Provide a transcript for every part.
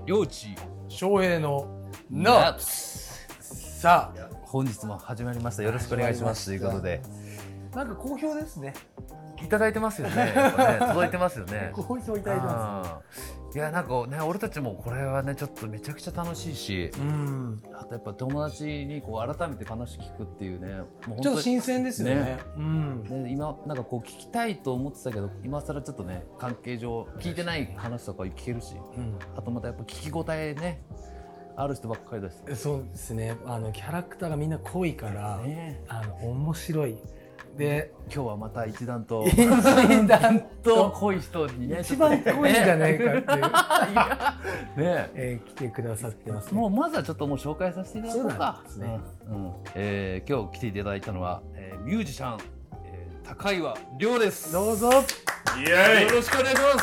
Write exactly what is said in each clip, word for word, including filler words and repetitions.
領地翔平のナップス。さあ本日も始まりました。よろしくお願いしますということで、 なんか好評ですね。 いただいてますよね。やっぱね届いてますよね。 好評いただいてまいやなんかね俺たちもこれはねちょっとめちゃくちゃ楽しいし、 す。うん。 あとやっぱ友達にこう改めて話聞くっていうね、もう本当にちょっと新鮮ですよね。 ねうん。 ね、今なんかこう聞きたいと思ってたけど今更ちょっとね関係上聞いてない話とか聞けるし、 うん、 あとまたやっぱ聞き応えねある人ばっかりだし、 そうですね。あのキャラクターがみんな濃いから、 ね、 あの面白い。で今日はまた一段と一段と濃い人にね一番濃いんじゃないかっていうね、 えー、来てくださってますね。 もうまずはちょっともう紹介させていただこうか。 そうなんですね。 うんうんえー、今日来ていただいたのは、えー、ミュージシャン、えー、高岩亮です。 どうぞ。 イエーイ、 よろしくお願いします。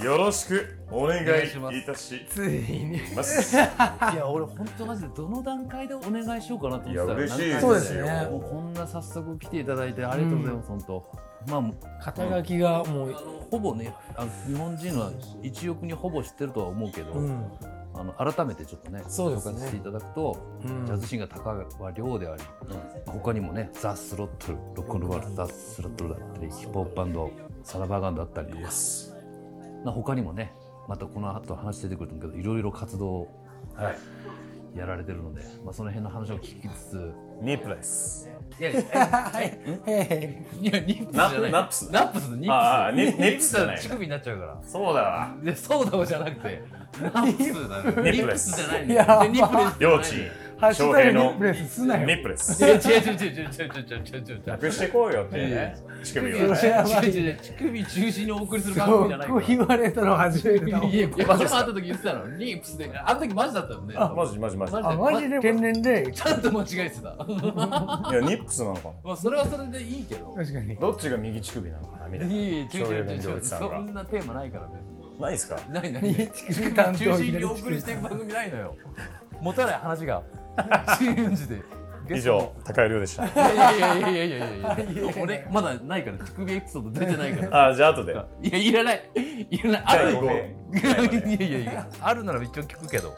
よろしくお願いいたしついにますいや俺本当マジでどの段階でお願いしようかなと思ってたら、 いや嬉しいですよ。 そうですね。 もうこんな早速来ていただいてありがとうございます、うん、本当。まあ肩書きがもう、 うん、ほぼねあの日本人は一億人ほぼ知ってるとは思うけど、うん、あの改めてちょっとねそうですね紹介していただくと、うん、ジャズシンガー高岩亮であり、うん、他にもねザ・スロットル、ロックンロールザ・スロットルだったりヒップホップバンドサラバーガンだったりとか、yes. 他にもねまたこの後話出てくると思うけどいろいろ活動をやられてるので、まあ、その辺の話を聞きつつニップです。 いやいやニップスじゃない。 ナップスナップスのニップス。 ああニップスじゃない。 乳首になっちゃうから。 そうだわ。 でそうだわじゃなくてナップスだね。ニップスじゃないね。 いやニップレス。 幼稚。翔平のニップレス。 いや違う違う違う違う違う違う違う。 楽してこうよってね。乳首はね。 違う違う乳首中心にお送りする番組じゃないから。 そう言われたの初めてだ。 いや俺も会った時言ってたの。ニップスであの時マジだったよね。 マジマジマジ。 あマジで天然でちゃんと間違えてた。 いやニップスなのかな。 まあそれはそれでいいけど。 確かに。 どっちが右乳首なのかなみたいな。 いやいや違う違う違う。そんなテーマないからね。 ないですか。 ないない。乳首担当中心にお送りしてる番組ないのよ。持たない話が。信じて。 以上高井亮でした。 いやいやいやいやいやいやいや。俺まだないから乳首エピソード出てないから。 あじゃあ後で。 いやいらない。いらない。ある。 ごめん。 いやいやいやあるなら一応聞くけど。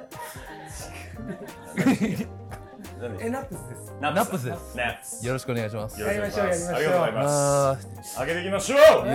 えナップスです。 ナップスです。 ナップス。 よろしくお願いします。 やりましょうやりましょう。 ありがとうございます。上げていきましょう。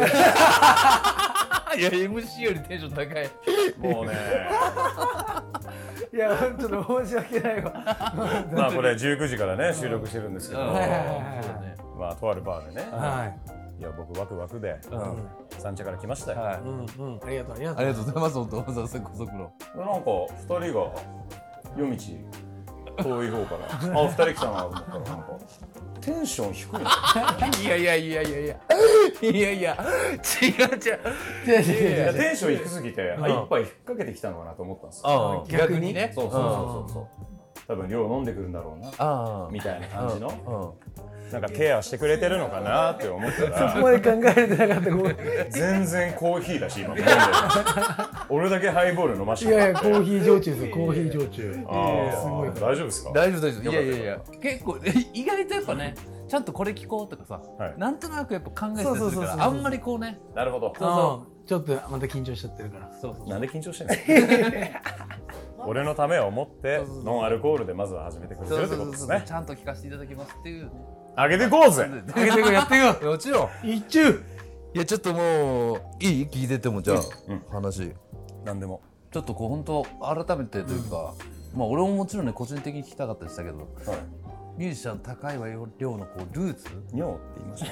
いや エムシー よりテンション高い。 もうね。 いやちょっと申し訳ないわ。 まあこれじゅうくじからね収録してるんですけど、まあとあるバーでね。はい。いや僕ワクワクで三茶から来ましたよ。はい。 うんうん。ありがとうありがとう。 ありがとうございます本当。わざわざ高速の。 なんか二人が夜道遠い方からあ二人来たなと思ったらなんかテンション低い。 いやいやいやいやいやいやいや違う違う。 いやテンション低すぎてあ一杯引っ掛けてきたのかなと思ったんですよ。 逆にね。 そうそうそうそう。多分量飲んでくるんだろうなみたいな感じのなんかケアしてくれてるのかなって思ったらそこまで考えれてなかった。ごめん。 全然コーヒーだし今飲んでる。俺だけハイボール飲まして。 いやいやコーヒー焼酎ですよコーヒー焼酎。 ああすごい。大丈夫ですか。 大丈夫大丈夫。いやいやいや結構意外とやっぱねちゃんとこれ聞こうとかさなんとなくやっぱ考えてるからあんまりこうね。 なるほど。 そうそうちょっとまた緊張しちゃってるから。 そうそう。なんで緊張してんの。俺のためを思ってノンアルコールでまずは始めてくれてるってことですね。 ちゃんと聞かせていただきますっていう。 上げていこうぜ。 上げていこうやっていこう。 もちろん。 一中。 いやちょっともういい聞いててもじゃあ話。 なんでも。 ちょっとこう本当改めてというか、まあ俺ももちろんね個人的に聞きたかったでしたけど、ミュージシャン高岩亮のこうルーツ。 尿って言いました。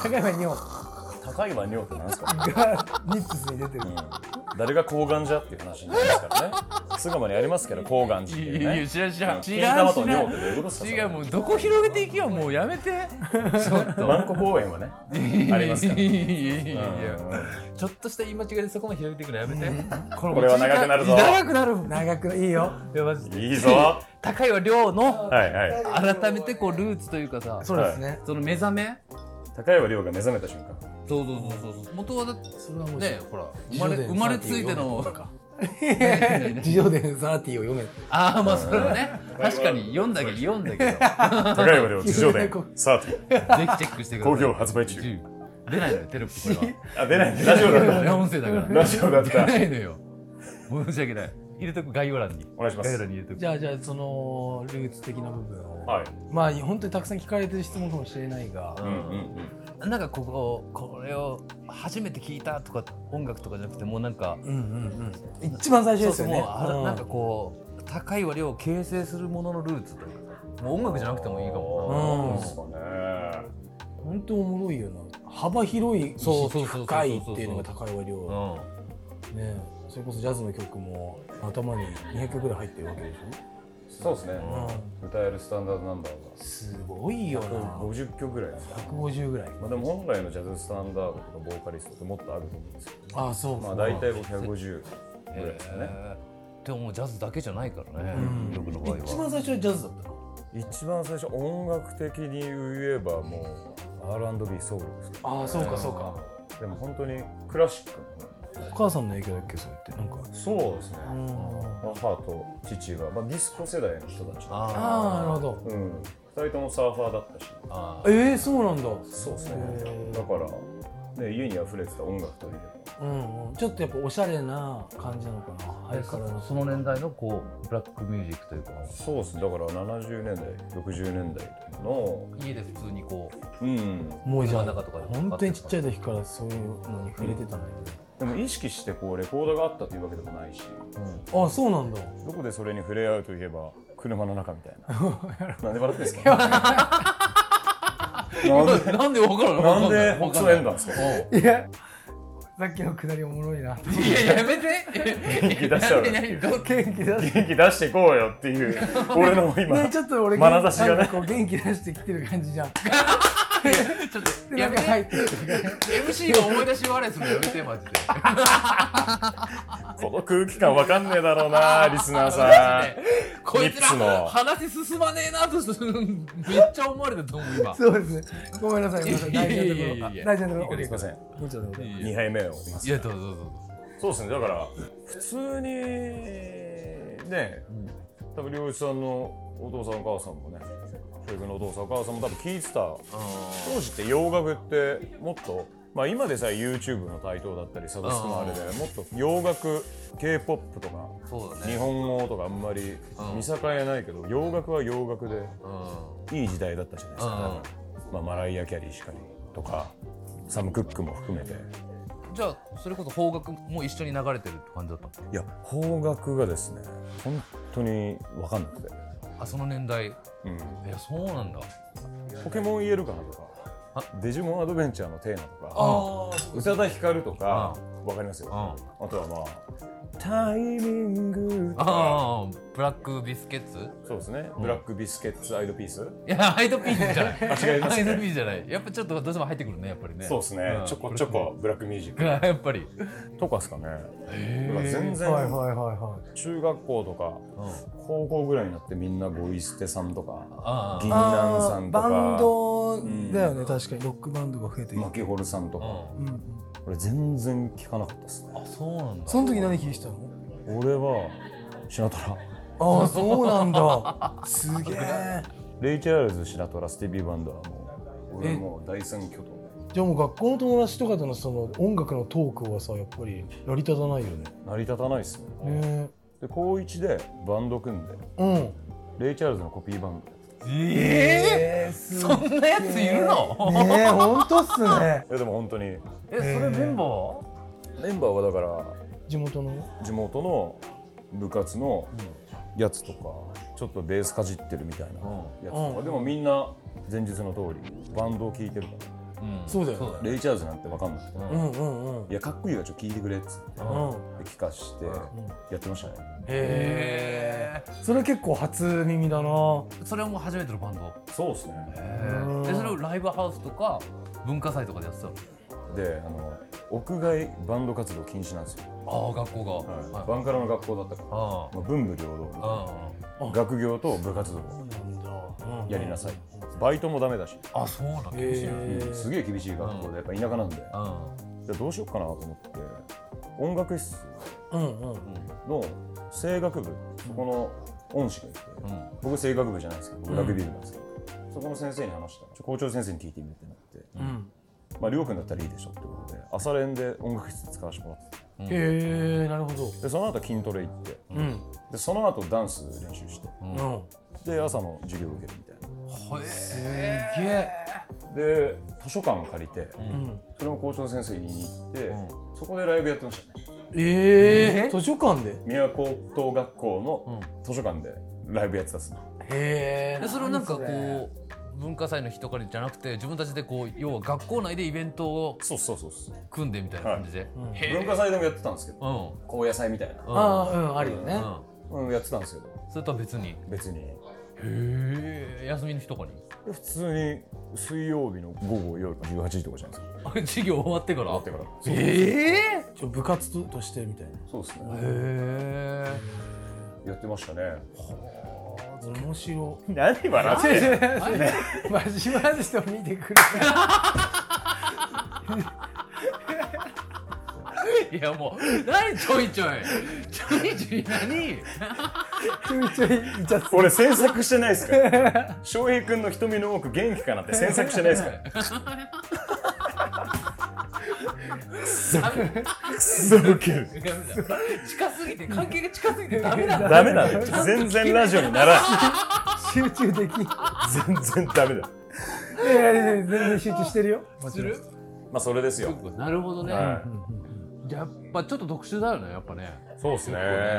高岩尿。 高岩尿ってなんですか。 ニップスに出てる。 誰が抗がんじゃっていう話になりますからね。巣鴨にありますけど抗がんじっていうね。 いや知らん知らん。 金玉と尿ってどういうことですか。 違うもうどこ広げていきよもうやめて。ちょっと。 万古公園はねありますから。いやいやいやちょっとした言い間違いでそこまで広げていくのやめて。 これは長くなるぞ。 長くなる。 長くいいよ。 いいぞ。 高岩亮の改めてこうルーツというかさ。 そうですね。 その目覚め。 高岩亮が目覚めた瞬間。 そうそうそうそう。元はだってねほら生まれ生まれついての自叙伝サーティーを読め。 ああまあそれはね確かに読んだけど読んだけど。 高岩亮自叙伝サーティー。 ぜひチェックしてください。 好評発売中。 出ないのよテロップこれは。 あ出ないラジオだった。 音声だから。 ラジオだった。 出ないのよ。 申し訳ない。入れとく概要欄に。 お願いします。 概要欄に入れとく。 じゃあじゃあそのルーツ的な部分を、 はい、 まあ本当にたくさん聞かれてる質問かもしれないが、 うんうんうん、なんかこここれを初めて聞いたとか音楽とかじゃなくてもうなんか、 うんうんうん、一番最初ですよね。 そうそう、うん、なんかこう高い割を形成するもののルーツというか、もう音楽じゃなくてもいいかも。 うん、ですかね。 本当おもろいよな。幅広いし深いっていうのが高い割を、うん、ね、それこそジャズの曲も頭ににひゃくきょくぐらい入ってるわけでしょ。そうですね、うん、歌えるスタンダードナンバーがすごいよな。 ごじゅっきょくぐらいですか、 ひゃくごじゅうぐらい。 まあでも本来のジャズスタンダードとかボーカリストってもっとあると思うんですけど、 ああそう、 まあ大体僕ひゃくごじゅうぐらいですよね。 えー、でももうジャズだけじゃないからね、僕、うん、の場合は。 一番最初はジャズだったの？ 一番最初音楽的に言えばもう アールアンドビー ソウルですか、ね、 ああそうかそうか。 でも本当にクラシック。 お母さんの影響だっけそれってなんか。 そうですね。母と父が、まあ、ディスコ世代の人たち。 ああなるほど。 うん。二人ともサーファーだったし。 あええー、そうなんだ。 そうですね。だからね、家に溢れてた音楽といえば。 うんうん、ちょっとやっぱおしゃれな感じなのかな。 はい、そ, その年代のこうブラックミュージックというか。 そうですね。だからななじゅうねんだい、ろくじゅうねんだいの家で普通にこう、うん、 もうじゃあ本当にちっちゃい時からそういうのに触れてたんだよね。 でも意識してこうレコードがあったというわけでもないし、 うん、あそうなんだ。 どこでそれに触れ合うといえば車の中みたいな。なんで笑ってんですか？ なんでなんで分からない？ なんで北斎演なんですか？ いや。さっきのくだりおもろいな。 いややめて。 元気出したら。 元気出して。 元気出していこうよっていう。俺の今。 ねちょっと俺眼差しがね。 こう元気出してきてる感じじゃん。 ちょっとやめて。エムシー が思い出し笑いするのやめてマジで。 この空気感わかんねえだろうなリスナーさん。 こいつら話進まねえなとめっちゃ思われてると思う今。 そうですね。ごめんなさい。大事なところ。大事なところ。 すみません。にはいめを。 いやどうぞどうぞ。 そうですね。だから普通にね、多分良一さんのお父さんお母さんもね。教育のお父さんお母さんも多分聞いてた。当時って洋楽ってもっと、まあ今でさえ YouTube の台頭だったりサブスクのあれでもっと洋楽 K-ポップ とかそうだ、ね、日本語とかあんまり見境えないけど、洋楽は洋楽でいい時代だったじゃないですか。まあマライア・キャリーしかりとかサム・クックも含めて。 じゃあそれこそ邦楽も一緒に流れてるって感じだったの？ いや邦楽がですね本当に分かんなくて。 あその年代。うん、いやそうなんだ。 ポケモン言えるかなとかデジモンアドベンチャーのテーマとか宇多田ヒカルとかわかりますよ。あとはまあタイミングとかブラックビスケッツ。 そうですね、ブラックビスケッツアイドピース。 いやアイドピースじゃない。 あ違いますね。 アイドピースじゃない。やっぱちょっとどうしても入ってくるねやっぱりね。 そうですね、ちょこちょこブラックミュージックやっぱりとかですかね。全然中学校とか高校ぐらいになってみんなゴイステさんとか銀杏さんとかバンドだよね。確かにロックバンドが増えてきて、 マキホルさんとか俺全然聞かなかったですね。 あそうなんだ。 その時何聞いてたの？ 俺はシナトラ。 ああそうなんだ。すげえ。 レイ・チャールズ、シナトラ、スティービー・ワンダーはもう俺もう大選挙と。 じゃあもう学校の友達とかとのその音楽のトークはさやっぱり成り立たないよね。 成り立たないっすね。ねで高いちでバンド組んで、うん、レイ・チャールズのコピーバンド。 ええー、そんなやついるの？ ねえ本当っすね。 いやでも本当に。 えそれメンバーは？ メンバーはだから地元の地元の部活のやつとか、ちょっとベースかじってるみたいなやつとか、うん、でもみんな前日の通りバンドを聴いてるから、 うん、そうだよね。 レイ・チャーズなんて分かんなくて、うんうんうん、いやかっこいいからちょっと聴いてくれっつって、うん、聞かしてやってましたね。 へえ。それ結構初耳だな。 それはもう初めてのバンド？ そうですね。 でそれをライブハウスとか文化祭とかでやってたの？ であの屋外バンド活動禁止なんですよ。 ああ学校が、 はいはい、バンカラの学校だったから、あまあ、文武両道学業と部活動やりなさい。バイトもダメだし。あそうなんだ。厳しい、うん、すげえ厳しい学校でやっぱ田舎なんで、じゃあどうしようかなと思って音楽室の声楽部、そこの恩師がいて、うん、僕声楽部じゃないですけど僕ラグビー部なんですけど、うん、そこの先生に話したら校長先生に聞いてみるってなって、うん、まありょうくんだったらいいでしょってことで朝練で音楽室使わせてもらって、 へえ、なるほど。 でその後筋トレ行って、 うん。 でその後ダンス練習して、 うん。 で朝の授業受けるみたいな。 すげえ。 で図書館借りて、 うん。 それも校長先生に言いに行って、そこでライブやってましたね。 ええ、図書館で。 宮古高等学校の図書館でライブやってたっすね。 へえ。 でそれをなんかこう文化祭の日とかじゃなくて自分たちでこう要は学校内でイベントをそうそうそうそう。 組んでみたいな感じで、へー文化祭でもやってたんですけど、 うん高野祭みたいな、 ああ、うん、あるよね。 うんうん、やってたんですけど、 それとは別に別にへえ休みの日とかに普通に水曜日の午後夜じゅうはちじとかじゃないですか。 あ授業終わってから終わってから。 ええちょ部活としてみたいな。 そうですね。 へやってましたね。 面白い。 何笑ってんの？ マジマジと見てくれ。 えいやもう何ちょいちょいちょいちょい何ちょいちょいいちゃつ。 俺詮索してないですから翔平君の瞳の奥元気かなって詮索してないですからくそくそウケる。 近すぎて関係が近すぎてダメだダメだね。全然ラジオにならん。 集中できん。 全然ダメだ。 いやいやいや、全然集中してるよ。 するまあそれですよ。 なるほどね、 はやっぱちょっと特殊だよねやっぱねそうですね。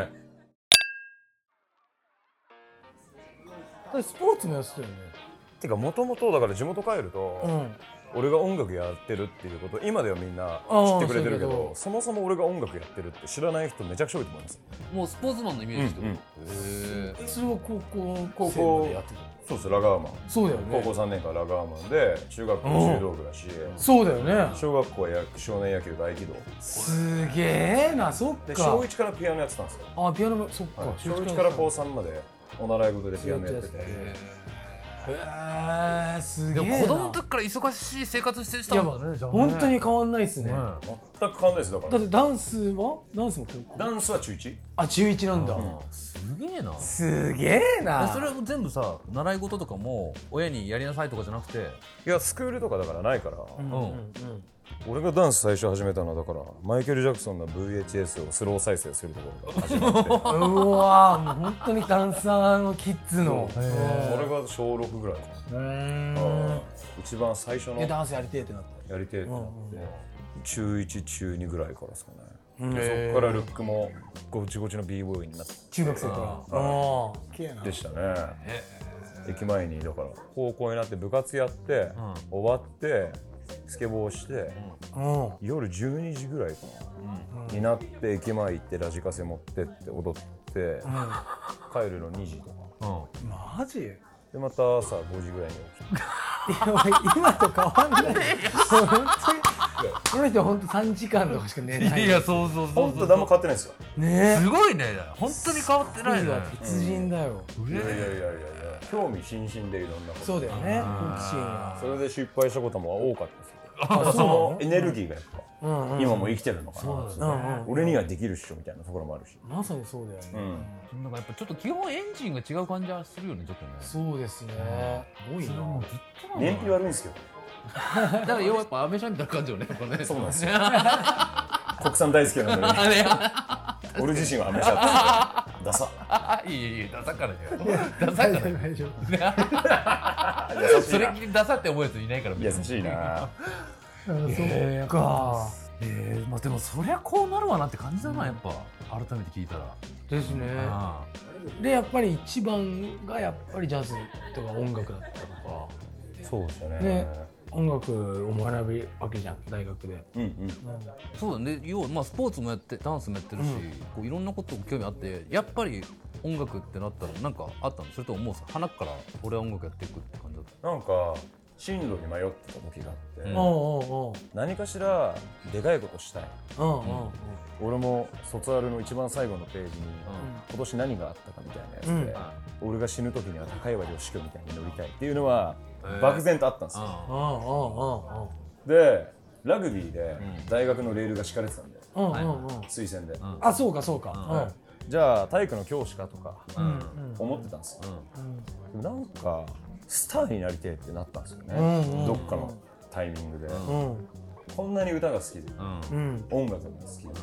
スポーツもやってたよね。 てかもともとだから地元帰ると、 うん。 俺が音楽やってるっていうこと今ではみんなあー知ってくれてるけそうだけどど、そもそも俺が音楽やってるって知らない人めちゃくちゃ多いと思います。 もうスポーツマンのイメージってこと、 うんうんへえそれは高校高生ま校でやってたの。 そうです。ラガーマン。 そうだよね。 高校さんねんからラガーマンで、中学校柔道部だし、 そうだよね。 小学校はや少年野球と合気道すげえな、そっで、 か。 小いちからピアノやってたんですよ。 あ、ピアノもそっか。 小いちから高さんまでお習い事でピアノやってて、 へえ、すげえな。 でも子供の時から忙しい生活してる人いやなんだねじゃあね本当に変わんないっすね。だ全く変わんないですだから。 ってダンスはダンスも高校。 ダンスは中いち。 あ、中一なんだ。 すげえなすげえな。 それは全部さ習い事とかも親にやりなさいとかじゃなくていやスクールとかだからないから、 うんうんうん。 俺がダンス最初始めたのはだからマイケル・ジャクソンの ブイエイチエス をスロー再生するところから始まってうわー、もう本当にダンサーのキッズの。 それが小ろくぐらいかうーん。 な。一番最初のでダンスやりてえってなった。 やりてえってなって、中いち中にぐらいからですかね。 うんでそっからルックもごちごちの b ボーイになって中学生から。ああ。きれいな。 でしたね。駅前にだから高校になって部活やって、終わってスケボーして、 うん。 夜じゅうにじぐらいかな、になって駅前行ってラジカセ持ってって踊って、帰るのにじとかマジ？いでまた朝ごじぐらいに起きてや今と変わんない。本当にこの人は本当三時間とかしか寝ない。 いやそうそうそう本当何も変わってないんですよ。 ねすごいね本当に変わってないね鉄人だよ。 いやいやいやいやいや興味津々でいろんなこと。 そうだよね。好奇心は。 それで失敗したことも多かったですよ。 あ、 そのエネルギーがやっぱ、 うんうん。 今も生きてるのかな、 うんうん。 俺にはできるっしょみたいなところもあるし、 まさにそうだよね。 うんなんかやっぱちょっと基本エンジンが違う感じはするよねちょっとねそうですね。すごいな。 燃費悪いんですけどだから要はやっぱアメ車みたいな感じよねやっぱねそうなんですよ国産大好きなのにあれ俺自身はアメ車ってダサあいいいいダサからだよダサから大丈優しいなそれっきりダサって思うやついないから優しいな。 夫。そうか。 えー、まあでもそりゃこうなるわなって感じだなやっぱ改めて聞いたらですね。 あでやっぱり一番がやっぱりジャズとか音楽だったとか。 そうですよね。 ね。音楽を学ぶわけじゃん大学で。 うんうん。 そうだね要はまあスポーツもやってダンスもやってるし、こういろんなこと興味あってやっぱり音楽ってなったらなんかあったのそれとももうさ鼻から俺は音楽やっていくって感じだったなんか進路に迷ってた時があって、 うんおうおうおう。 何かしらでかいことしたい。 うんうんうん。 俺も卒アルの一番最後のページに、今年何があったかみたいなやつで、俺が死ぬ時には高い割を死去みたいに乗りたいっていうのは漠然とあったんですよ。 うんうんうんうん。 でラグビーで大学のレールが敷かれてたんで、 うんうんうん。 推薦で、 あ、そうかそうか。 じゃあ体育の教師かとかうんうん思ってたんですよ。でもなんかスターになりてえってなったんですよね、 うんうんどっかのタイミングで、 うんこんなに歌が好きで、 うんうん音楽が好きで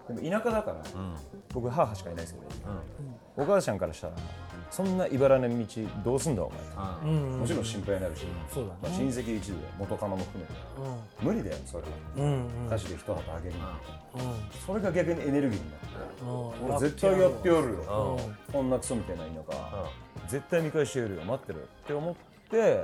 でも田舎だから、僕母しかいないですけど、お母さんからしたらそんな茨の道どうすんだお前、もちろん心配になるし、まあ親戚一同元カノも含めて無理だよそれは、歌詞で一旗あげるの、それが逆にエネルギーになって俺絶対やってやるよ、こんなクソみたいな田舎絶対見返してやるよ待ってるって思って、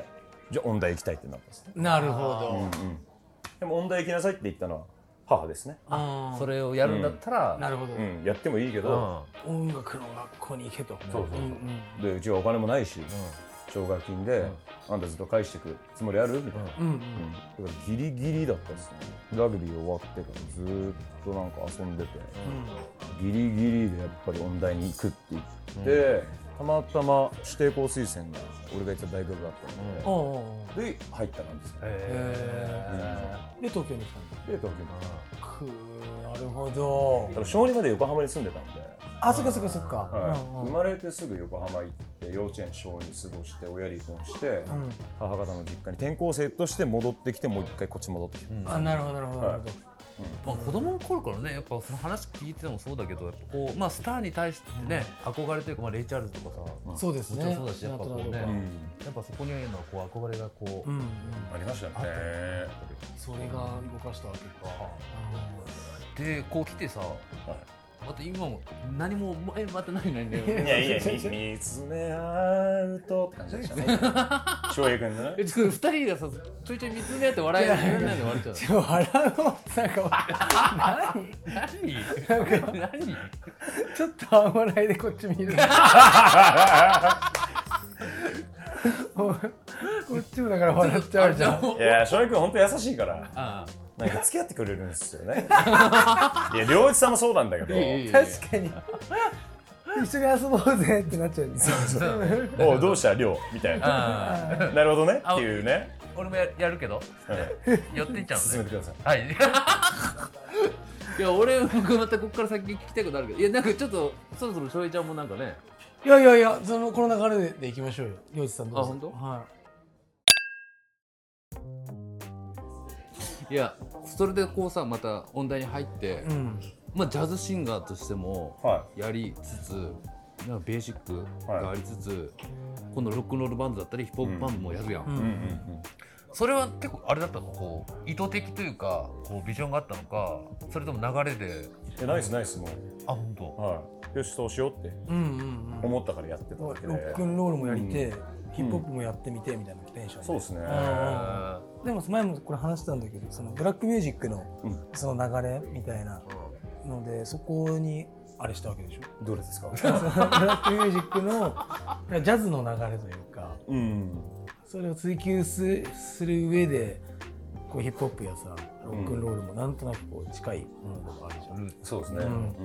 じゃあ音大行きたいってなったんですね。 なるほど。 でも音大行きなさいって言ったのは母ですね。 それをやるんだったら、 なるほど、 やってもいいけど音楽の学校に行けと。 そうそうでうちはお金もないし奨学金であんたずっと返してくつもりあるみたいな、だからギリギリだったですね。ラグビー終わってからずーっとなんか遊んでて、ギリギリでやっぱり音大に行くって言って、たまたま指定校推薦が俺が行った大学があったので、で入ったんですよ。 で東京に来たんだ。 で東京にくー、なるほど。 だから小児まで横浜に住んでたんで、 あ、そっかそっかそっか、 はい、生まれてすぐ横浜行って幼稚園小児過ごして親離婚して、うん、母方の実家に転校生として戻ってきてもう一回こっち戻ってきて、うん、 あ、なるほどなるほどなるほど、 まあ、子供の頃からね、やっぱその話聞いててもそうだけど、やっぱこう、まあ、スターに対してね、うん、憧れというか、まあ、レイ・チャールズとかさ、 そうですね、 そうだし、やっぱこうね、やっぱそこにはこう憧れがこう、 うんうん、ありましたね。 それが動かしたわけか。 で、こう来てさ、はい、また今も何もえまた何何何いやいや見つめ合うとって感じでしたね。翔平君ね。 えちょっと二人がさちょいちょい見つめ合って笑いながら笑っちゃう。 ちょ笑うなんか何何何ちょっと半笑いでこっち見る。こっちもだから笑っちゃうじゃん。 いや翔平君本当優しいから。ああなんか付き合ってくれるんですよね。いや良一さんもそうなんだけど確かに一緒に遊ぼうぜってなっちゃう。 そうそうおうどうした亮みたいななるほどねっていうね。 俺も や, やるけど、うん、寄っていっちゃうのね。 進めてください。 はいいや俺僕またここから先聞きたいことあるけど、いやなんかちょっとそろそろ翔平ちゃんもなんかね、 いやいやいやそのこの流れでいきましょうよ。良一さんどうぞ。 あ本当？ はい。 いやそれでこうさまた音大に入って、うん、まあジャズシンガーとしてもやりつつ、はい、なんかベーシックがありつつ、はい、今度ロックンロールバンドだったりヒップホップバンドもやるやん。うんうんうんうん、それは結構あれだったの、こう意図的というかこうビジョンがあったのか、それとも流れで。 えナイスナイスもう。 あ本当。 はい。よしそうしようって思ったからやってただけで。 ロックンロールもやりて、うんヒップホップもやってみてみたいなテンションで、 そうですね。 でも前もこれ話したんだけど、そのブラックミュージックのその流れみたいなので、そこにあれしたわけでしょ。 どれですか？ ブラックミュージックのジャズの流れというか、うん、それを追求する上でこうヒップホップやさロックンロールもなんとなくこう近いものがあるじゃん。うん、 そうですね。うんうん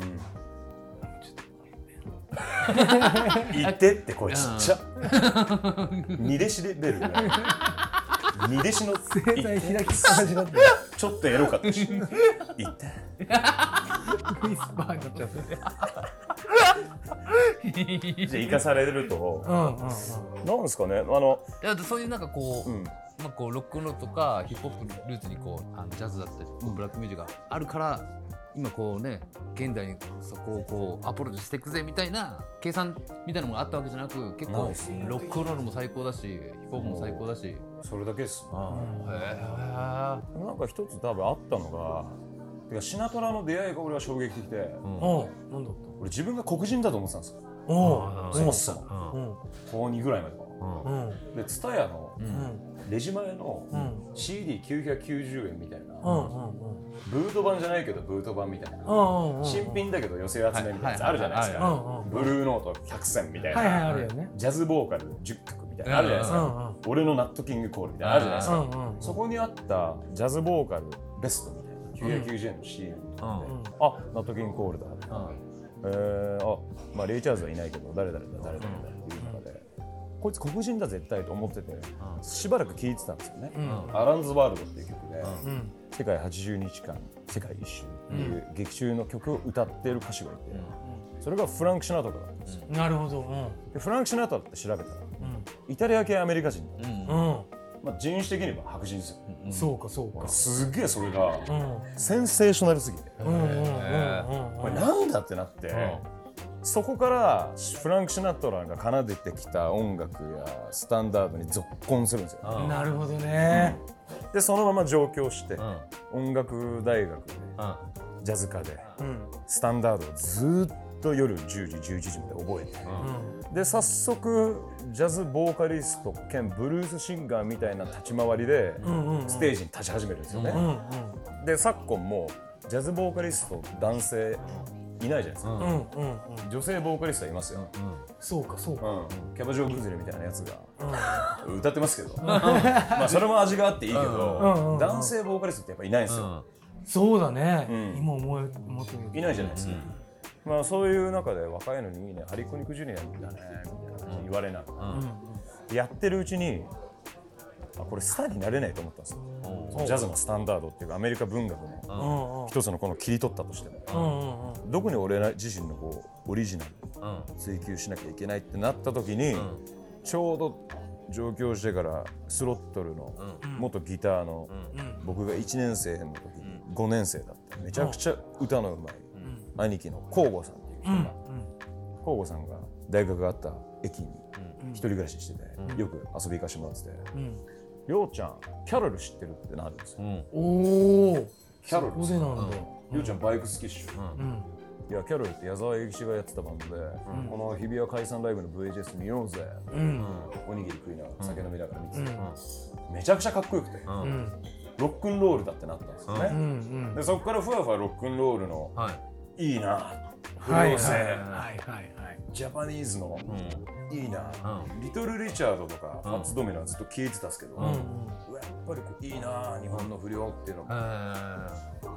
言ってって声ちっちゃに弟子で出るぐらいに弟子の声帯開きっぱなしだってちょっとエロかったし言ってウィスパーになっちゃってじゃあ生かされると、うんうんうん、なんですかね、あのいやそういうなんかこう、うんまあ、こうロックンロールとかヒップホップルーツにこうあのジャズだったり、うん、ブラックミュージックがあるから今こうね現代にそこをこうアプローチしていくぜみたいな計算みたいなのがあったわけじゃなく、結構ロックンロールも最高だしヒップホップも最高だし、 それだけです。 あーへーなんか一つ多分あったのが、てかシナトラの出会いが俺は衝撃的で、うん、 なんだった？ 俺自分が黒人だと思ってたんですよ。そもそも高にぐらいまでかな、うん、でツタヤのレジ前の シーディーきゅうひゃくきゅうじゅうえんみたいな、ブート版じゃないけどブート版みたいな、新品だけど寄せ集めみたいなやつあるじゃないですか。ブルーノートひゃくせんみたいな、ジャズボーカルじゅっきょくみたいなあるじゃないですか。俺のナットキングコールみたいなあるじゃないですか。そこにあったジャズボーカルベストみたいなきゅうひゃくきゅうじゅうえんの シーディー あ、ナットキングコールだ、えー、あ、まあレイ・チャーズはいないけど誰々だ誰々だっていう中で、こいつ黒人だ絶対と思っててしばらく聴いてたんですよね、うん、アランズ・ワールドっていう曲で、うん、世界はちじゅうにちかん世界一周っていう劇中の曲を歌っている歌手がいて、うん、それがフランク・シナトラだったんですよ。 なるほど、うん、 でフランク・シナトラって調べたら、うん、イタリア系アメリカ人、うんうんまあ、人種的には白人ですよ、 うん、そうかそうか。 すげえそれがセンセーショナルすぎて、 んだってなって、うん、そこからフランク・シナトラが奏でてきた音楽やスタンダードに続婚するんですよ、 うん、なるほどね、 うん、でそのまま上京して、うん、音楽大学で、うん、ジャズ科で、うん、スタンダードをずっと夜じゅうじじゅういちじまで覚えて、うん、で早速ジャズボーカリスト兼ブルースシンガーみたいな立ち回りでステージに立ち始めるんですよね、うんうんうん、で昨今もジャズボーカリスト男性いないじゃないですか、うんうんうん、女性ボーカリストはいますよ、うんうん、 そうかそうか、うん、 キャバ嬢崩れみたいなやつが、うん、歌ってますけどまあそれも味があっていいけど、うんうんうん、男性ボーカリストってやっぱいないんですよ、うん、 そうだね、うん、今思い思っていないじゃないですか、うん、まあそういう中で若いのにいいねハリコニックジュニアだねみたいな感じに言われながら、うんうん、やってるうちにあこれスターになれないと思ったんですよ、うん、ジャズのスタンダードっていうかアメリカ文学の一つのこの切り取ったとしても、うん、どこに俺ら自身のこうオリジナル追求しなきゃいけないってなった時に、うん、ちょうど上京してからスロットルの元ギターの僕がいちねん生の時にごねん生だっためちゃくちゃ歌のうまい兄貴のコウゴさんっていう人がコウゴさんが大学があった駅に一人暮らししててよく遊び行かしてもらっててりょうちゃんキャロル知ってるってなるんですよ、うん、 おおキャロルそこでなんだりょうちゃんバイク好きっしょ、うん、いやキャロルって矢沢永吉がやってたバンドで、うん、この日比谷解散ライブの ブイエイチエス 見ようぜ、うん、おにぎり食いながら酒飲みながら見てて、うん、めちゃくちゃかっこよくて、うん、ロックンロールだってなったんですよね、うんうん、でそこからふわふわロックンロールの、はい、いいな不良性、はいはいはいジャパニーズの、うん、いいな、うん、リトル・リチャードとか、うん、ファッツ・ドミノはずっと聞いてたんですけど、うん、やっぱりこういいな日本の不良っていうのも、うん、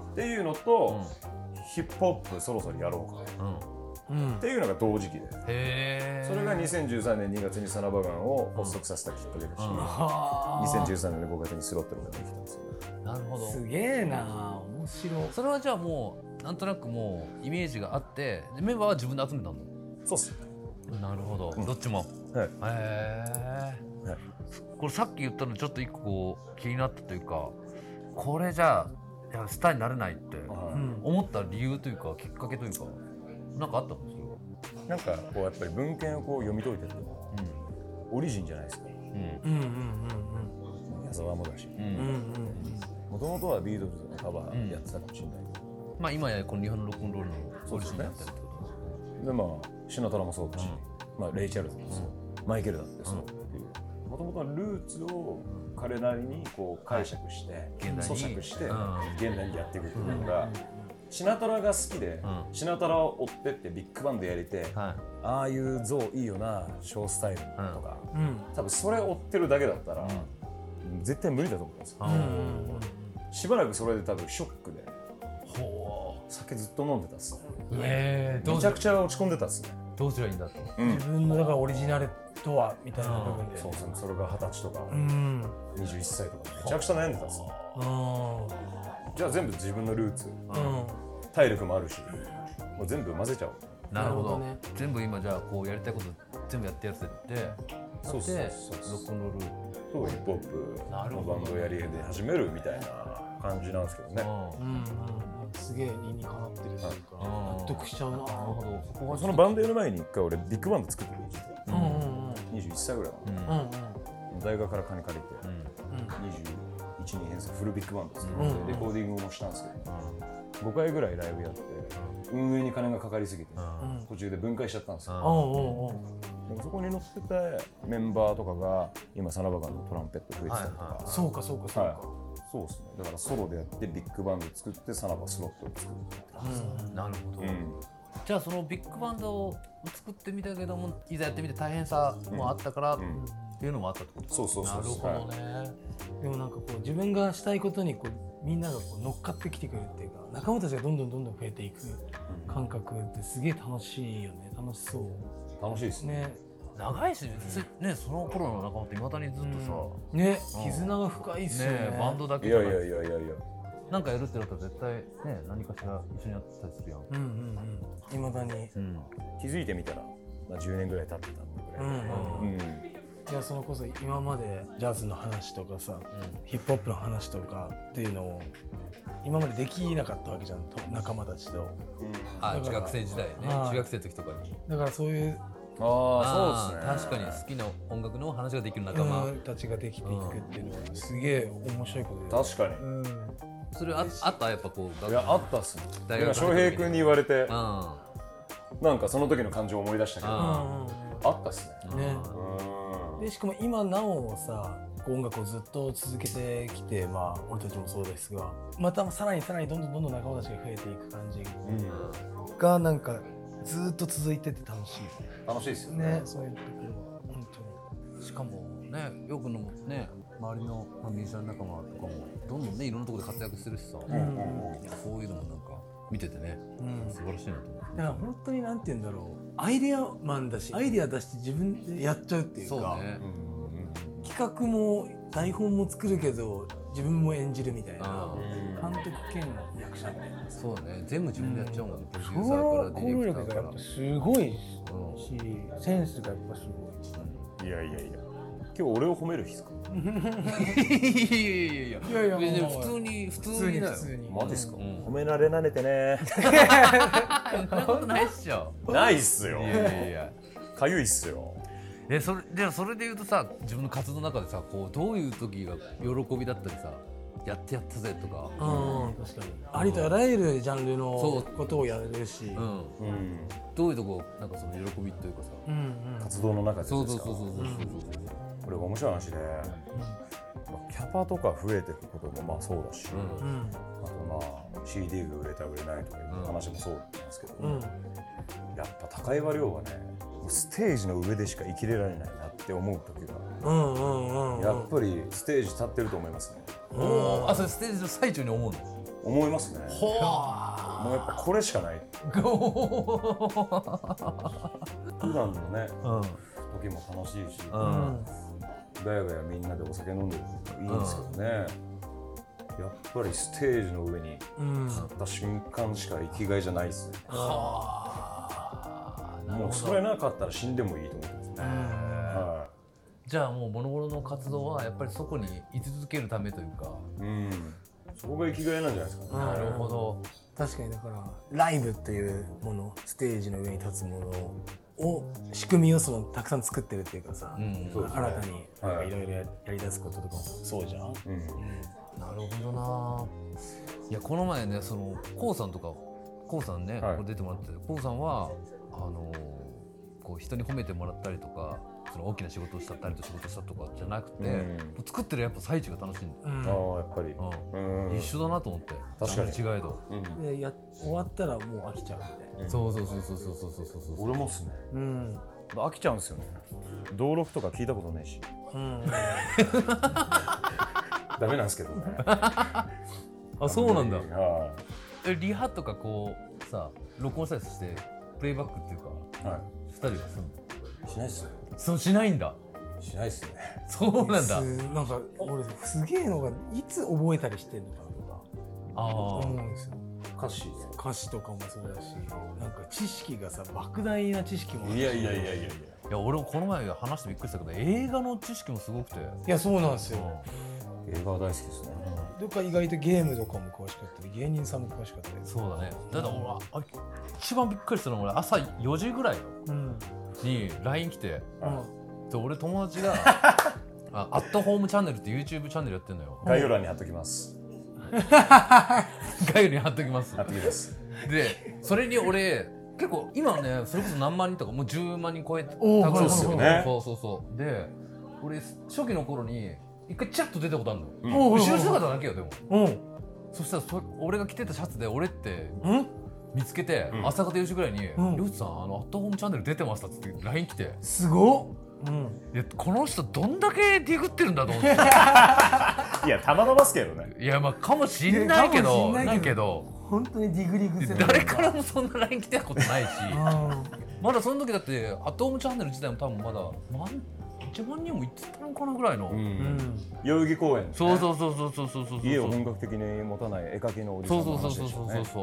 っていうのと、うん、ヒップホップそろそろやろうか、うん、っていうのが同時期で、へそれがにせんじゅうさんねんにがつにサナバガンを発足させたきっかけだし、うん、にせんじゅうさんねんのごがつにスロットルができたんですよね。 なるほどすげえな面白い。 それはじゃあもうなんとなくもうイメージがあってメンバーは自分で集めたの？ そうっす。 なるほど、うん、どっちも。はい。へえ、はい。これさっき言ったのちょっと一個こう気になったというか、これじゃあいやスターになれないって思った理由というかきっかけというかなんかあったんですよ。 なんかこうやっぱり文献をこう読み解いてると、うん、オリジンじゃないですか。うんうんうんうん。矢沢もだし。もともとはビートルズのカバーやってたかもしれないけど、 うん、まあ今やこの日本のロックンロールのオリジンになったりってこと。 でまあシナトラもそうだし、うん、まあレイチャールズもそう、うん、マイケルだってそうっていう。もともとのルーツを彼なりにこう解釈して、はい、咀嚼して現代にやっていくっていうのが、うん、シナトラが好きで、うん、シナトラを追ってってビッグバンドやりて、はい、ああいう像いいよなショースタイルとか、うん、多分それを追ってるだけだったら、うん、絶対無理だと思うんですよ、うん、しばらくそれで多分ショックで酒ずっと飲んでたっすね、えー、めちゃくちゃ落ち込んでたっすね。 どうすればいいんだと、 うん、自分のだからオリジナルとはみたいな部分で、 そうそうそれがはたちとか、うん、にじゅういっさいとかめちゃくちゃ悩んでたっすね。じゃあ全部自分のルーツ、うん、体力もあるしもう全部混ぜちゃおう。 なるほど、ね、全部今じゃあこうやりたいこと全部やってやつってそうそうそうロックンロールとヒップホップのバンドをやり始めるみたいな感じなんですけどね。うんうんすげえ理にかなってるというか納得しちゃうな。なるほど。 そこそのバンドやる前に一回俺ビッグバンド作ってるんですよ、うんうんうん、にじゅういっさいぐらいなの、うんうん、大学から金借りて、うん、にじゅういちにん編成フルビッグバンドですけど、うん、レコーディングもしたんですけど、うん、ごかいぐらいライブやって運営に金がかかりすぎて、うん、途中で分解しちゃったんですよ、うん、でもそこに乗ってたメンバーとかが今サナバガンのトランペット吹いてたりとか、はいはい、 そうかそうかそうか、はいそうですね。だからソロでやってビッグバンド作ってサナバスロットを作るって感じですね。 なるほど、うん。じゃあそのビッグバンドを作ってみたけどもいざやってみて大変さもあったからっていうのもあったってことですか。 そうそうそう。 なるほどね。はい、 でもなんかこう自分がしたいことにこうみんながこう乗っかってきてくれるっていうか仲間たちがどんどんどんどん増えていく感覚ってすげえ楽しいよね。楽しそう。 楽しいですね。ね長いし、ね、その頃の仲間って未だにずっとさ、 うん、ね、絆が深いっすよね。 ねバンドだけじゃない。 いやいやいやいやいや。 なんかやるってなったら絶対ね何かしら一緒にやってたりするやん。うんうんうん。未だに、うん、 気づいてみたら、まあ、じゅうねんぐらい経ってたんでぐらい。うんうん。 いやそれこそ今までジャズの話とかさ、うん、ヒップホップの話とかっていうのを今までできなかったわけじゃんと仲間たちと、うん、 あ中学生時代ね中学生の時とかにだからそういうああそうですね確かに好きな音楽の話ができる仲間、 うん、たちができていくっていうのはすげえ面白いことで確かに、うん、 それ あ, あったやっぱこういやあったっすね大学翔平君に言われて、うん、なんかその時の感情を思い出したけど、うん、あったっすね、ねうん、でしかも今なおさ音楽をずっと続けてきて、まあ俺たちもそうですがまたさらにさらにどんどんどんどん仲間たちが増えていく感じがなんかずっと続いてて楽しい楽しいですよね, ねそういうところは本当にしかもねよくのね周りのミュージシャン仲間とかもどんどんねいろんなところで活躍してるしさ、うんうん、こういうのもなんか見ててね、うん、素晴らしいなと思う。 だから本当になんて言うんだろうアイデアマンだしアイデア出して自分でやっちゃうっていうかそうね、うん、企画も台本も作るけど自分も演じるみたいな監督兼役者みたいなそうね全部自分でやっちゃうもんね、うん、プロデューサーからディレクターからやっぱすごいし、うん、センスがやっぱすごい、うん、いやいやいや今日俺を褒める日ですかいやいやいやいやいやいや普通に普通にだよマジっすか、うん、褒められ慣れてねそんなことないっしょないっすよいやいやいやかゆいっすよえそれじゃあそれで言うとさ自分の活動の中でさこうどういう時が喜びだったりさやってやったぜとか、 うん、確かにありとあらゆるジャンルのことをやれるし、うんうん、 どういうとこなんかその喜びというかさ、うんうん、活動の中でですかそうそうそうそうそうそう、うん、 これ面白い話で、うん、キャパとか増えていくこともまあそうだし、うん、あとまあ シーディー が売れた売れないとかいう話もそうなんですけど、うん、やっぱ高岩亮はねステージの上でしか生きれられないなって思う時が、うんうんうんうん、やっぱりステージ立ってると思いますね。 おあそれステージの最中に思うの思いますね。ほもうやっぱこれしかない普段のね、うん、時も楽しいし、うん、ガヤガヤみんなでお酒飲んでるのもいいんですけどね、うん、やっぱりステージの上に立った瞬間しか生きがいじゃないですね、うん、もうそれなかったら死んでもいいと思ってますね、はい、 じゃあもうモノゴロの活動はやっぱりそこに居続けるためというか、うん、 そこが生きがいなんじゃないですかね。 なるほど。 確かにだからライブっていうものステージの上に立つものを仕組みをそのたくさん作ってるっていうかさ、うん、新たにいろいろやり出すこととかもそうじゃん、うんうん、 なるほどな。いやこの前ねそのコウさんとかコウさんね、はい、これ出てもらってコウさんはあのこう人に褒めてもらったりとかその大きな仕事をした誰と仕事したとかじゃなくて、うん、作ってるやっぱ最中が楽しいんだよ、うん、 ああやっぱり、 うんうん、一緒だなと思って確かに違いど、 うん、でや終わったらもう飽きちゃうみたいな、 うん、そうそうそうそうそうそうそうそう俺もっすね、うん、飽きちゃうんですよね。登録とか聞いたことないし、うん、ダメなんですけどねあそうなんだ、えリハとかこうさ録音したりしてプレイバックっていうか、はい、したりはするの？ しないっすよ。 そうしないんだ。 しないっすね。 そうなんだ。 なんか俺すげえのがいつ覚えたりしてんのかなとか思うんですよ。 歌詞歌詞とかもそうだし、なんか知識がさ莫大な知識もあるし。 いやいやいやいやいや。いや俺もこの前話してびっくりしたけど映画の知識もすごくて。 いやそうなんですよ。 うん、映画は大好きですね。 どっか意外とゲームとかも詳しかったり芸人さんも詳しかったり。 そうだね。だから俺あ一番びっくりしたのは俺朝よじぐらいに ライン 来て、うん、で俺友達があアットホームチャンネルって YouTube チャンネルやってんのよ。 概要欄に貼っときます。 概要欄に貼っときます。 貼っときます。 でそれに俺結構今ねそれこそ何万人とかもうじゅうまん人超えたぐらいですよね。 そうそうそうで俺初期の頃に一回チャッと出たことあるのよ、うん、後ろ姿だけよでも、うん、そしたらそ俺が着てたシャツで俺って見つけて、うん、朝方よじぐらいに「りょうちさんあのアットホームチャンネル出てました」って ライン 来てすごっ、 うん、いやこの人どんだけディグってるんだと思っていやたまたまっすけどね。 いやまあかもしんないけどないけど本当にディグリ癖誰からもそんな ライン 来てたことないしまだその時だってアットホームチャンネル自体も多分まだいちまんにんも行ってたのかなぐらいの、うん、 代々木公園、ね、 そうそうそうそうそうそうそう家を本格的に持たない絵描きのおじさんの話でしょうね。 そうそうそうそうそう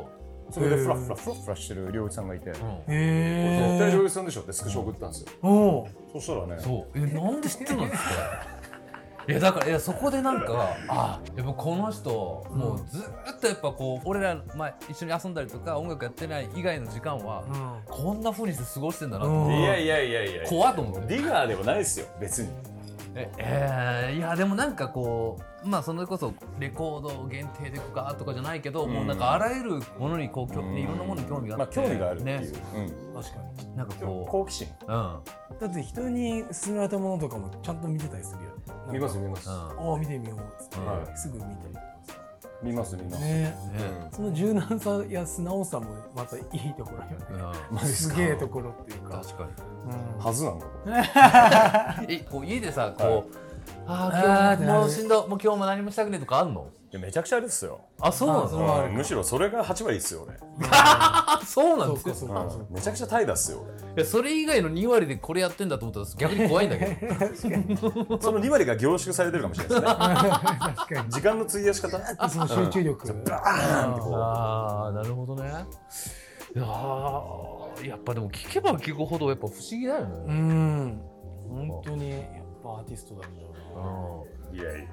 それでフラフラフラフラしてる良一さんがいて、 へ絶え対良一さんでしょってスクショ送ったんですよ。 おそしたらね、 そうえなんで知ってんのですかいやだからいやそこでなんかあやっぱこの人もうずーっとやっぱこう俺ら、まあ、一緒に遊んだりとか音楽やってない以外の時間は、うん、こんな風にして過ごしてんだなと思って、 いやいやいやいや怖っと思ってディガーでもないですよ別に。 ええー、いやでもなんかこうまあそれこそレコード限定でとかとかじゃないけど、うん、もうなんかあらゆるものにこう、うん、いろんなものに興味があって、 まあ興味があるっていう、 ねうん、 確かになんかこう好奇心、 うん、 だって人に勧められたものとかもちゃんと見てたりするよね。 見ます見ます、うん、 ああ見てみようっつって、うん、すぐ見たりとかさ見ます見ますね、ね、うん、その柔軟さや素直さもまたいいところよね、うん、すげえところっていうか確かに、 うん、はずなんだえこう家でさこう、はいあー今日もうしんどもう今日も何もしたくねえとかあんの？ いやめちゃくちゃあれですよ。 あそうなの？ むしろそれがはち割ですよ俺。 そうなんですよ、 うん、めちゃくちゃ怠惰っすよ。 いやそれ以外のに割でこれやってんだと思ったら逆に怖いんだけどそのに割が凝縮されてるかもしれないですね確かに時間の費やし方その集中力、うん、 ああなるほどね。いややっぱでも聞けば聞くほどやっぱ不思議だよね。 うん本当にやっぱアーティストなんだよな。いやいやいや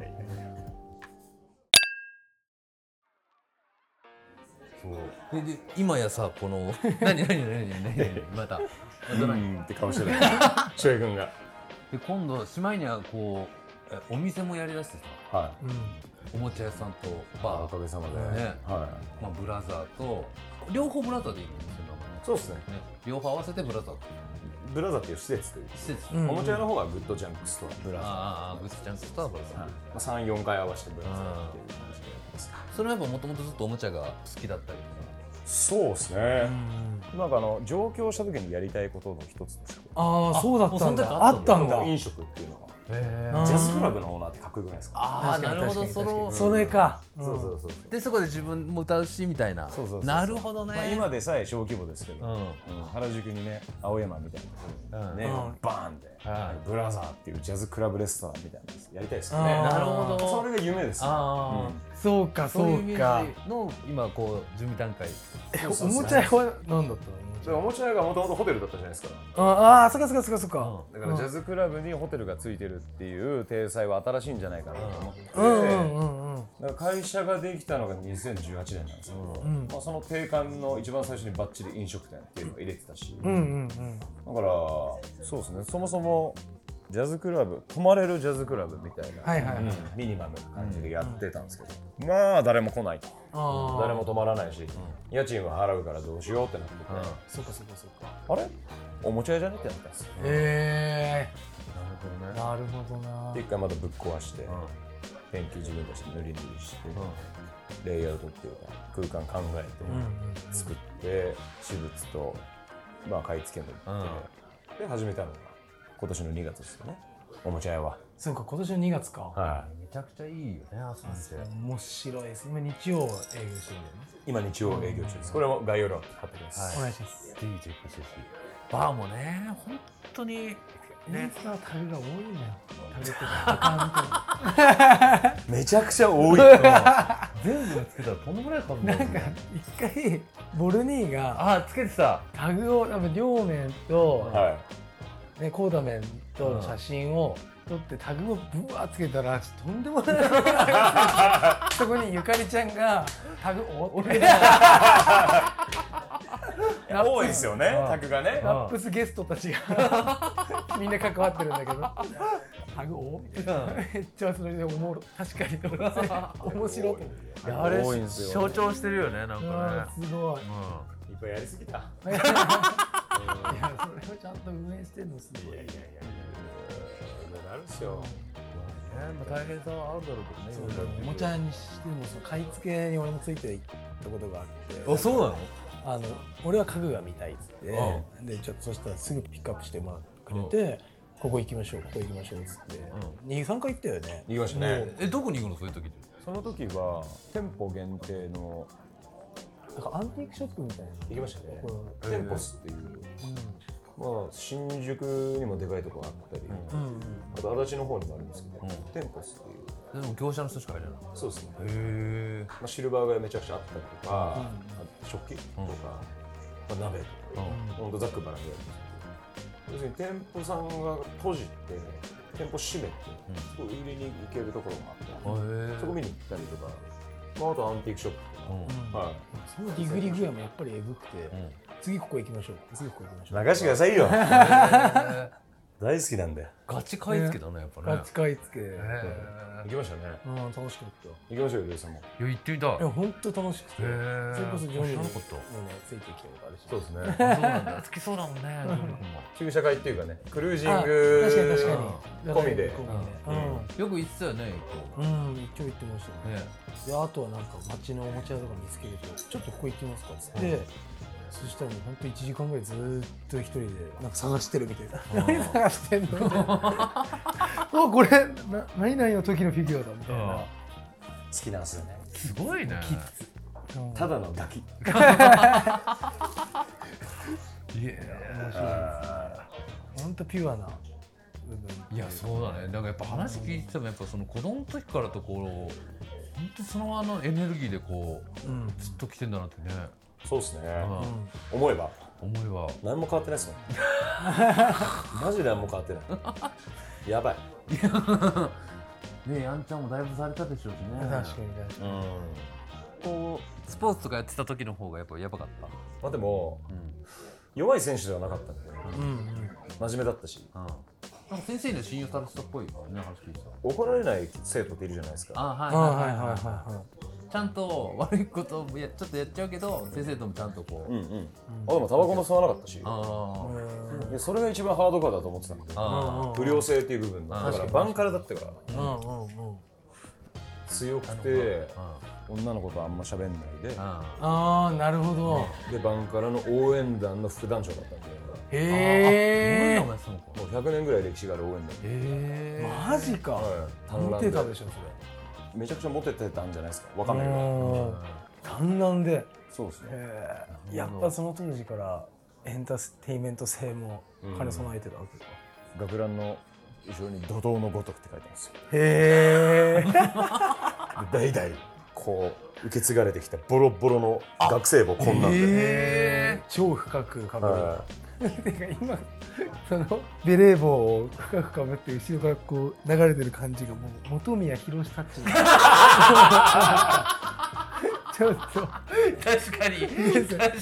そうでで今やさこの何何何何何またまた何って顔してる翔平君がで今度しまいにはこうえお店もやりだしてさ、はいうん、おもちゃ屋さんとバーおかげさまで、 ねはいまあ、ブラザーと両方ブラザーでいいんですよね。 そうですね両方合わせてブラザーブラザーっていう施設という施設、 うん、おもちゃ屋の方がグッドジャンクストアブラザーああグッドジャンクストアブラザー、はいまあ、さん、よんかい合わせてブラザーっていう感じでやってます。 それはやっぱもともとずっとおもちゃが好きだったりとか。 そうですね、うん、なんかあの上京した時にやりたいことの一つですけどああそうだったんだあったんだ飲食っていうのがジャズクラブのオーナーってかっこよくないですか。 ああなるほどそのそれか、 うん、そうそうそうでそこで自分も歌うしみたいな。そうそうそうそうなるほどね、 まあ、今でさえ小規模ですけど、うんうん、原宿にね青山みたいな、うんねうん、バーンって、はい、ブラザーっていうジャズクラブレストランみたいなやつやりたいですよね。 なるほどそれが夢です、ね、あ、 うん、そうかそうかそういうイメージの今こう準備段階。 おもちゃ屋は何だったの。 おもちゃ屋がもともとホテルだったじゃないですか。 ああ、そっかそっかそっかそっか。 だからジャズクラブにホテルがついてるっていう体裁は新しいんじゃないかなと思って、 うんうんうんうん、 だから会社ができたのがにせんじゅうはちねんなんですけど、うん、まあ、その定款の一番最初にバッチリ飲食店っていうのを入れてたし、うんうんうん、だからそうですね、そもそもジャズクラブ、泊まれるジャズクラブみたいな、はいはいはい、うん、ミニマムな感じでやってたんですけど、うん、まあ誰も来ないと、誰も泊まらないし、うん、家賃は払うからどうしようってなってて、うん、 そっかそっかそっか、 あれおもちゃ屋じゃねってなったんですよ。 へー、 なるほどね。なるほどな。 一回またぶっ壊して、うん、ペンキ自分たちで塗り塗りして、うん、レイアウトっていうか空間考えて、うん、作って私物と、まあ、買い付けも行って、うん、で始めたのが今年のにがつですよね、おもちゃ屋は。 そうか、今年のにがつか。 はい。めちゃくちゃいいよね、あそこって。 面白いです。今日曜営業してるんだよね。 今日曜営業中です。これも概要欄貼っておきます。 はい、お願いします。 ぜひチェックしてほしい。バーもね、本当にね、そのタグが多いんだよ。タグってめちゃくちゃ多い。 全部つけたらとんでもない数なんか一回ボルニーがあつけてたタグを多分両面と。はい。ね、コーダメンとの写真を撮ってタグをブワーつけたらとんでもないそこにゆかりちゃんがタグを折って多いですよね、タグがね。 ラップスゲストたちがみんな関わってるんだけどタグをめっちゃそれでおもろ確かにと思って面白い。 いやあれ象徴してるよね、なんかね。 すごい。 いっぱいやりすぎた。 いやそれをちゃんと運営してるのすごい。いやいやいやいや、なるっすよ。 大変さはあるだろうけどね。 おもちゃにしてもその買い付けに俺もついて行ったことがあって。 あ、そうなの？ あの俺は家具が見たいっつって、でちょっとそしたらすぐピックアップしてもらってくれて、ここ行きましょうここ行きましょうっつって、に、さんかい行ったよね。 行きましたね。 え、どこに行くのそういう時って？ その時は店舗限定のなんかアンティークショップみたいな行きましたね。テンポスっていう、まあ新宿にもでかいとこあったり、あと足立の方にもあるんですけど、テンポスっていうでも業者の人しか入れない。 そうですね。 へえ。 まあ、シルバーがめちゃくちゃあったりとか、うん、食器とか、うん、まあ、鍋とか、うん、ほんとざっくばらんでやるんですけど、要するに店舗さんが閉じて店舗閉めて、すごい売りに行けるところもあって、うん、そこ見に行ったりとか、まあ、あとアンティークショップとか、うん、はい、 そのディグリ具合もやっぱりエグくて、うん、次ここ行きましょう次ここ行きましょう流してくださいよ大好きなんだよ。 ガチ買い付けだね、やっぱね。 ガチ買い付け。 行きましたね。 うん、楽しかった。 行きましょうよ、ルイさんも。 いや、行ってみたい。いや、本当楽しくて。それこそジョニーについてきたことあるし。 そうですね。 そうなんだ。好きそうだもんね。 駐車会っていうかね、クルージング込みで。 よく行ってたよね、 うん、一応行ってましたね。で、あとはなんか街のおもちゃとか見つけると、ちょっとここ行きますかっつって。そしたらもう本当いちじかんぐらいずっと一人でなんか探してるみたいな。何探してんのみたいな。あ、これな何々の時のフィギュアだみたいな。好きなんですよね。 すごいね。 ただのガキ。いや面白い。本当ピュアな部分。 いやそうだね。だからやっぱ話聞いててもやっぱその子供の時からとこう本当そのままのエネルギーでこうずっと来てんだなってね。 そうですね、うん、思えば思えば何も変わってないですもんマジで何も変わってないやばいねえ、やんちゃんもだいぶされたでしょうしね。 確かに確かに、うん、 こうスポーツとかやってた時の方がやっぱやばかった。 まあでも、うん、弱い選手ではなかったんで、うんうん、真面目だったし、うん、 なんか先生には信用されてたっぽいね、話聞いてた。 怒られない生徒っているじゃないですか。 あ、はいはいはいはいはい。ちゃんと悪いことをやちょっとやっちゃうけど先生ともちゃんとこう、うんうん、 あでもタバコも吸わなかったし、あでそれが一番ハードコアだと思ってたんで、不良性っていう部分だからバンカラだったから、うんうんうん、強くて女の子とあんま喋んないで、 ああなるほど、 でバンカラの応援団の副団長だったんで、 へえ、 もうひゃくねんぐらい歴史がある応援団。へえ、マジか。モテたでしょそれ。 めちゃくちゃモテてたんじゃないですか。わかんないけど。 単乱で。 そうですね。 やっぱその当時からエンターテインメント性も兼ね備えてたわけか。 学ランの後ろに怒涛のごとくって書いてますよ。 へえ。 代々こう受け継がれてきたボロボロの学生帽こんなんで。 超深くかぶる。てか今そのベレー帽を深くかぶって後ろからこう流れてる感じがもう本宮宏タッチちょっと確かに確かに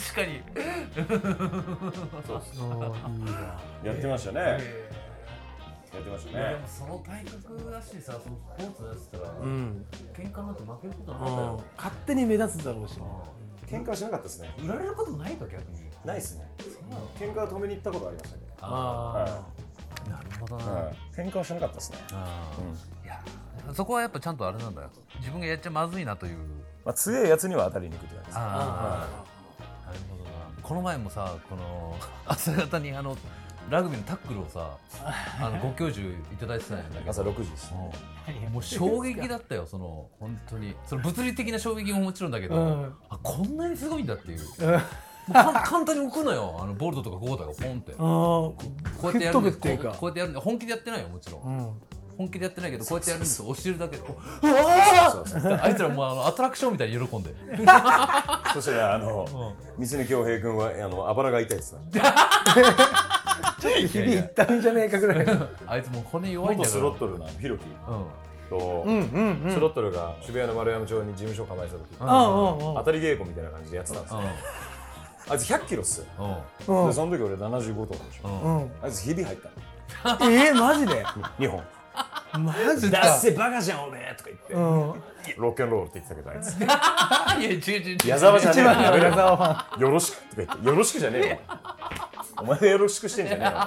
そうそうやってましたね、やってましたね。でもその体格だしさ、そのスポーツだったら、うん、喧嘩なんて負けることなかったよ。 勝手に目立つだろうし、 喧嘩はしなかったですね。 売られることないか逆に。 ないですね。喧嘩は止めに行ったことありましたけど。 ああ、なるほどな。 喧嘩はしなかったですね。 いや、そこはやっぱちゃんとあれなんだよ。自分がやっちゃまずいなという。 まあ強いやつには当たりに行くって感じです。 ああ、なるほどな。この前もさ、この朝方にあのラグビーのタックルをさ、あのご教授いただいてたんだけど。 朝ろくじです。 もう衝撃だったよ、その本当に。その物理的な衝撃ももちろんだけど、あ、こんなにすごいんだっていう。簡単に浮くのよ、あのボルトとかゴータがポンって。こうやってやるんです。こうやってやるんで、本気でやってないよもちろん。本気でやってないけど、こうやってやるんですよ。押してるだけでこう、うわー！あいつらもうあのアトラクションみたいに喜んで。 そしたらあの三根恭平君はあのあばらが痛いです。 ちょっと日々いったんじゃねえかぐらい。 あいつもう骨弱いんだから。 元スロットルなヒロキとスロットルが渋谷の丸山町に事務所構えた時、当たり稽古みたいな感じでやってたんですよ。あいつひゃっキロっすよ。でその時俺ななじゅうごトンでしょ。あいつひび入ったの。えーマジで？ にほん。 マジか。だっせバカじゃんおめえとか言って、ロックンロールって言ってたけどあいつ。いや違う違う。矢沢じゃねえよ。やめろよ。よろしくとか言って、よろしくじゃねえよ。お前がよろしくしてんじゃねえよって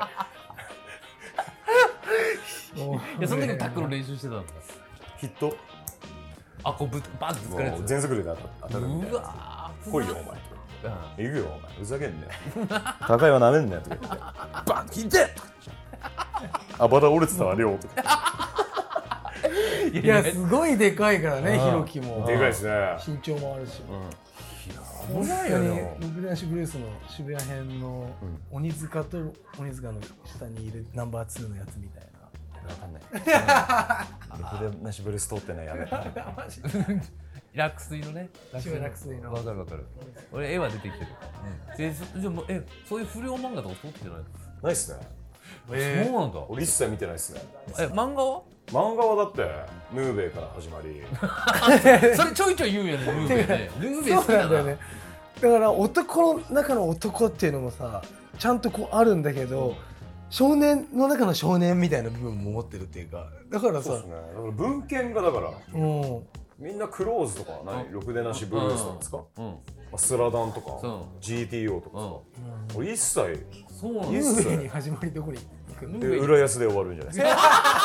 言って。いやその時もタックル練習してたんだ。 ヒット。 あこうぶバンってつかれて。 全速力で当たるみたいな。来いよお前。行くよお前。ふざけんなよ。高いはなめんなよとか言って。バン引いて。あばら折れてたわ量とか。 いやすごいでかいからね、ひろきも。 でかいですね。 身長もあるし。本当に六段シブルースの渋谷編の鬼塚と鬼塚の下にいるナンバーツーのやつみたいな。 わかんないろくでなしブルース通ってないやめ落水のね落水のわかるわかる俺絵は出てきてる、うん、でそじゃあもうえそういう不良漫画とか撮ってないのないっすね、 えー、そうなんだ俺一切見てないっすねえ漫画は漫画はだってヌーベイから始まりそれちょいちょい言うやんヌーベイねヌーベイ好きそうなだなんだよね。だから男の中の男っていうのもさちゃんとこうあるんだけど、うん、少年の中の少年みたいな部分も持ってるっていうかだからさそうですねだから文献がだから、うん、みんなクローズとか何、うん、ろくでなしブルースとかですか、うんうんスラダンとか ジーティーオー とかさ、うん、俺一切そうなんヌーベイに始まりどこに行くの浦安で終わるんじゃないです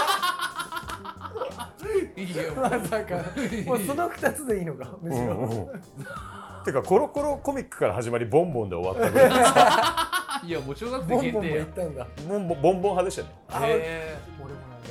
かまさかもうそのふたつでいいのかむしろ、うんうん、 てかコロコロコミックから始まりボンボンで終わったぐらいですかいやもう小学生限定ボンボンも行ったんだボンボンボンボン派でしたねへえ俺も